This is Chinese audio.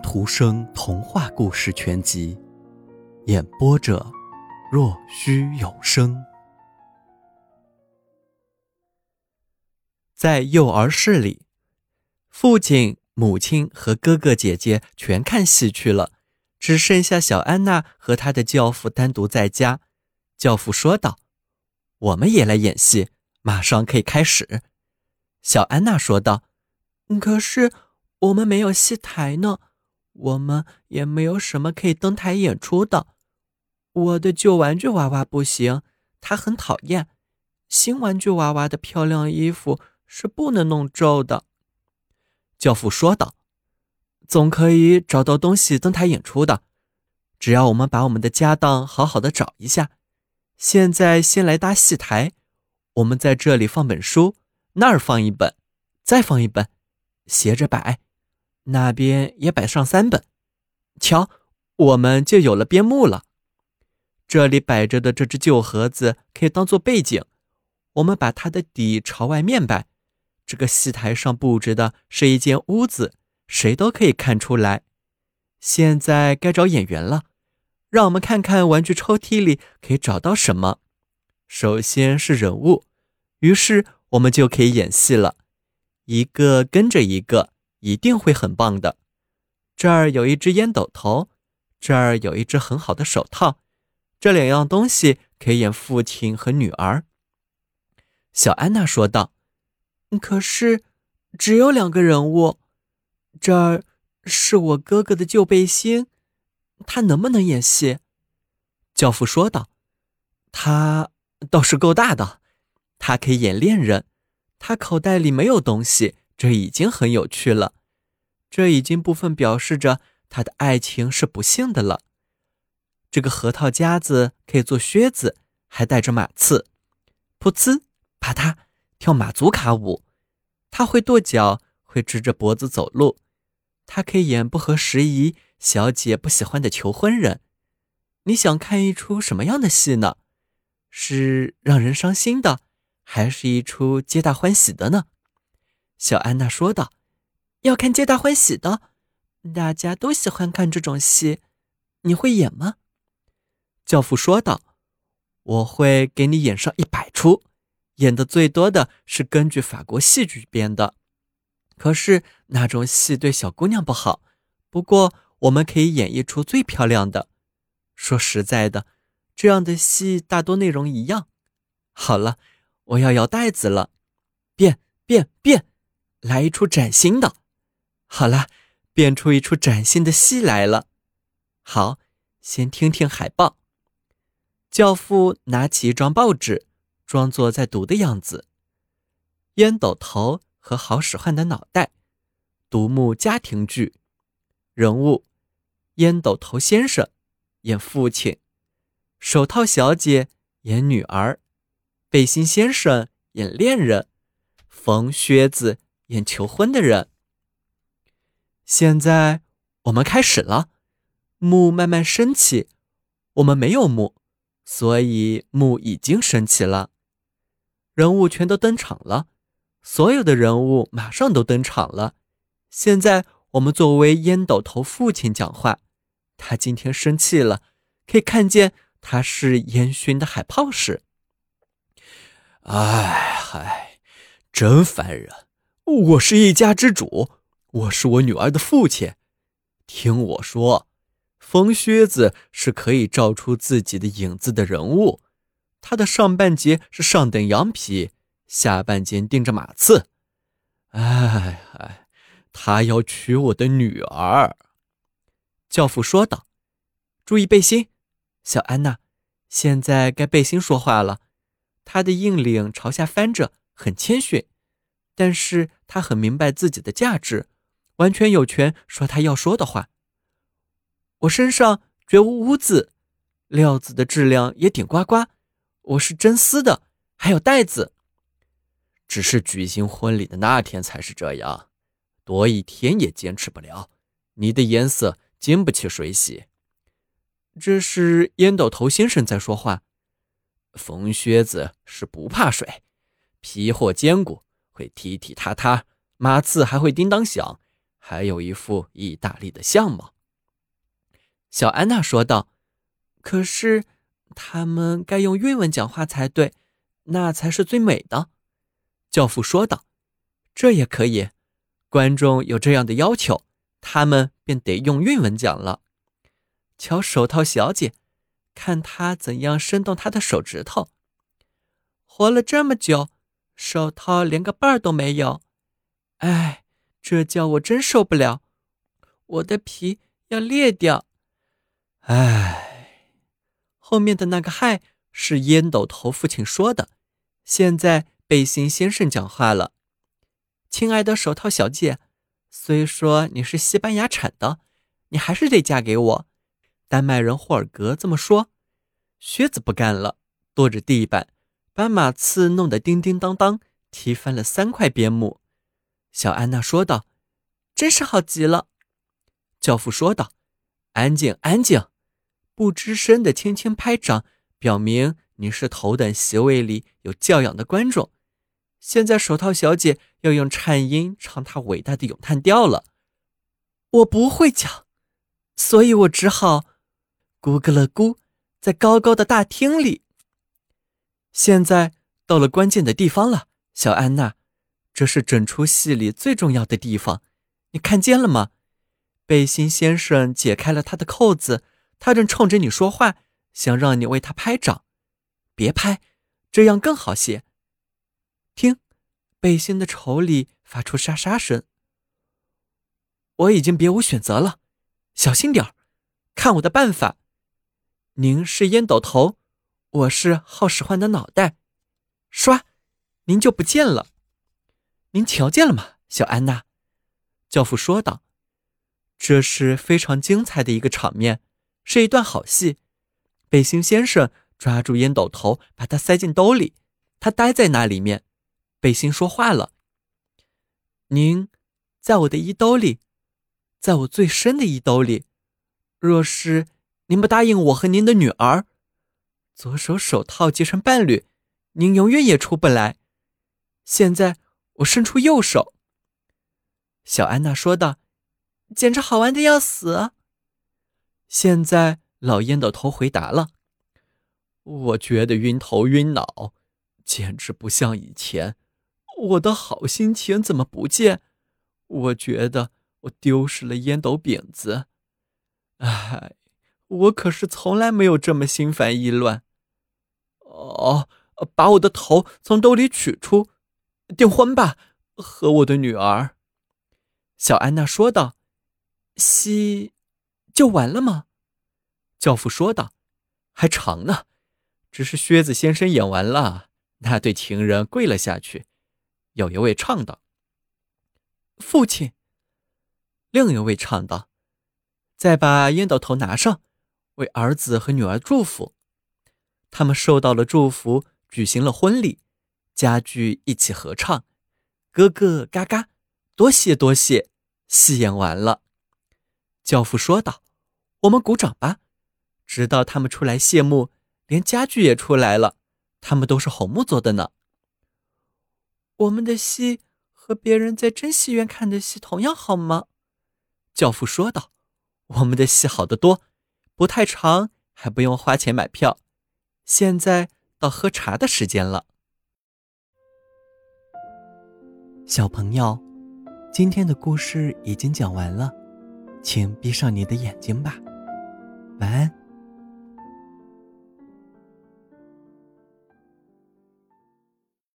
图生童话故事全集，演播者若虚有声。在幼儿室里，父亲、母亲和哥哥姐姐全看戏去了，只剩下小安娜和她的教父单独在家。教父说道：“我们也来演戏，马上可以开始。”小安娜说道：“可是我们没有戏台呢，我们也没有什么可以登台演出的。我的旧玩具娃娃不行，它很讨厌。新玩具娃娃的漂亮衣服是不能弄皱的。”教父说道：“总可以找到东西登台演出的，只要我们把我们的家当好好的找一下。现在先来搭戏台，我们在这里放本书，那儿放一本，再放一本，斜着摆，那边也摆上3本。瞧，我们就有了边幕了。这里摆着的这只旧盒子可以当做背景，我们把它的底朝外面摆。这个戏台上布置的是一间屋子，谁都可以看出来。现在该找演员了，让我们看看玩具抽屉里可以找到什么。首先是人物，于是我们就可以演戏了，一个跟着一个，一定会很棒的。这儿有一只烟斗头，这儿有一只很好的手套，这2样东西可以演父亲和女儿。小安娜说道：“可是只有2个人物，这儿是我哥哥的旧背心，他能不能演戏？”教父说道：“他倒是够大的，他可以演恋人，他口袋里没有东西，这已经很有趣了。这已经部分表示着他的爱情是不幸的了。这个核桃夹子可以做靴子，还带着马刺，噗呲啪嗒跳马祖卡舞。他会跺脚，会支着脖子走路。他可以演不合时宜、小姐不喜欢的求婚人。你想看一出什么样的戏呢？是让人伤心的，还是一出皆大欢喜的呢？”小安娜说道：“要看皆大欢喜的，大家都喜欢看这种戏。你会演吗？”教父说道：“我会给你演上100出，演的最多的是根据法国戏剧编的。可是那种戏对小姑娘不好，不过我们可以演一出最漂亮的。说实在的，这样的戏大多内容一样。好了，我要摇袋子了，变变变，来一出崭新的。好了，变出一出崭新的戏来了。好，先听听海报。”教父拿起一张报纸，装作在读的样子。烟斗头和好使唤的脑袋，独幕家庭剧。人物：烟斗头先生演父亲，手套小姐演女儿，背心先生演恋人，缝靴子演求婚的人。现在我们开始了，幕慢慢升起，我们没有幕，所以幕已经升起了。人物全都登场了，所有的人物马上都登场了。现在我们作为烟斗头父亲讲话，他今天生气了，可以看见他是烟熏的海泡时。 真烦人！我是一家之主，我是我女儿的父亲。听我说，缝靴子是可以照出自己的影子的人物，他的上半截是上等羊皮，下半截钉着马刺。他要娶我的女儿。 教父说道：“注意背心。”小安娜，现在该背心说话了。他的硬领朝下翻着，很谦逊，但是他很明白自己的价值，完全有权说他要说的话。我身上绝无污渍，料子的质量也顶呱呱，我是真丝的，还有带子。 只是举行婚礼的那天才是这样，多1天也坚持不了。你的颜色经不起水洗。 这是烟斗头先生在说话。 缝靴子是不怕水，皮货坚固，会踢踢踏踏，马刺还会叮当响， 还有一副意大利的相貌。 小安娜说道：“可是他们该用韵文讲话才对，那才是最美的。”教父说道：“这也可以，观众有这样的要求，他们便得用韵文讲了。瞧手套小姐，看她怎样伸动她的手指头。活了这么久，手套连个瓣儿都没有。哎，这叫我真受不了，我的皮要裂掉。哎。”后面的那个嗨是烟斗头父亲说的，现在背心先生讲话了：“亲爱的手套小姐，虽说你是西班牙产的，你还是得嫁给我。丹麦人霍尔格这么说。”靴子不干了，跺着地板，把马刺弄得叮叮当当，踢翻了3块边木。小安娜说道：“真是好极了。”教父说道：“安静，安静，不吱声的轻轻拍掌，表明你是头等席位里有教养的观众。现在手套小姐要用颤音唱她伟大的咏叹调了。我不会讲，所以我只好咕咯了咕，在高高的大厅里。现在到了关键的地方了，小安娜，这是整出戏里最重要的地方，你看见了吗？背心先生解开了他的扣子，他正冲着你说话，想让你为他拍掌。别拍，这样更好些。听，背心的绸里发出沙沙声。我已经别无选择了，小心点儿，看我的办法。您是烟斗头，我是好使唤的脑袋。唰，您就不见了。您瞧见了吗，小安娜？教父说道。这是非常精彩的一个场面，是一段好戏。背心先生抓住烟斗头，把它塞进兜里，他待在那里面。背心说话了：“您在我的衣兜里，在我最深的衣兜里。若是您不答应我和您的女儿，左手手套结成伴侣，您永远也出不来。现在我伸出右手。”小安娜说道：“简直好玩的要死。”现在老烟斗头回答了：“我觉得晕头晕脑，简直不像以前。我的好心情怎么不见？我觉得我丢失了烟斗饼子。哎，我可是从来没有这么心烦意乱。哦，把我的头从兜里取出，订婚吧，和我的女儿。”小安娜说道。“戏就完了吗？”教父说道。“还长呢，只是靴子先生演完了，那对情人跪了下去。”有一位唱道。“父亲。”另一位唱道。“再把烟斗头拿上，为儿子和女儿祝福。”他们受到了祝福，举行了婚礼，家具一起合唱，咯咯嘎嘎，多谢多谢，戏演完了。教父说道：“我们鼓掌吧。”直到他们出来谢幕，连家具也出来了，他们都是红木做的呢。我们的戏和别人在真戏院看的戏同样好吗？教父说道：“我们的戏好得多，不太长，还不用花钱买票。现在到喝茶的时间了。”小朋友，今天的故事已经讲完了，请闭上你的眼睛吧，晚安。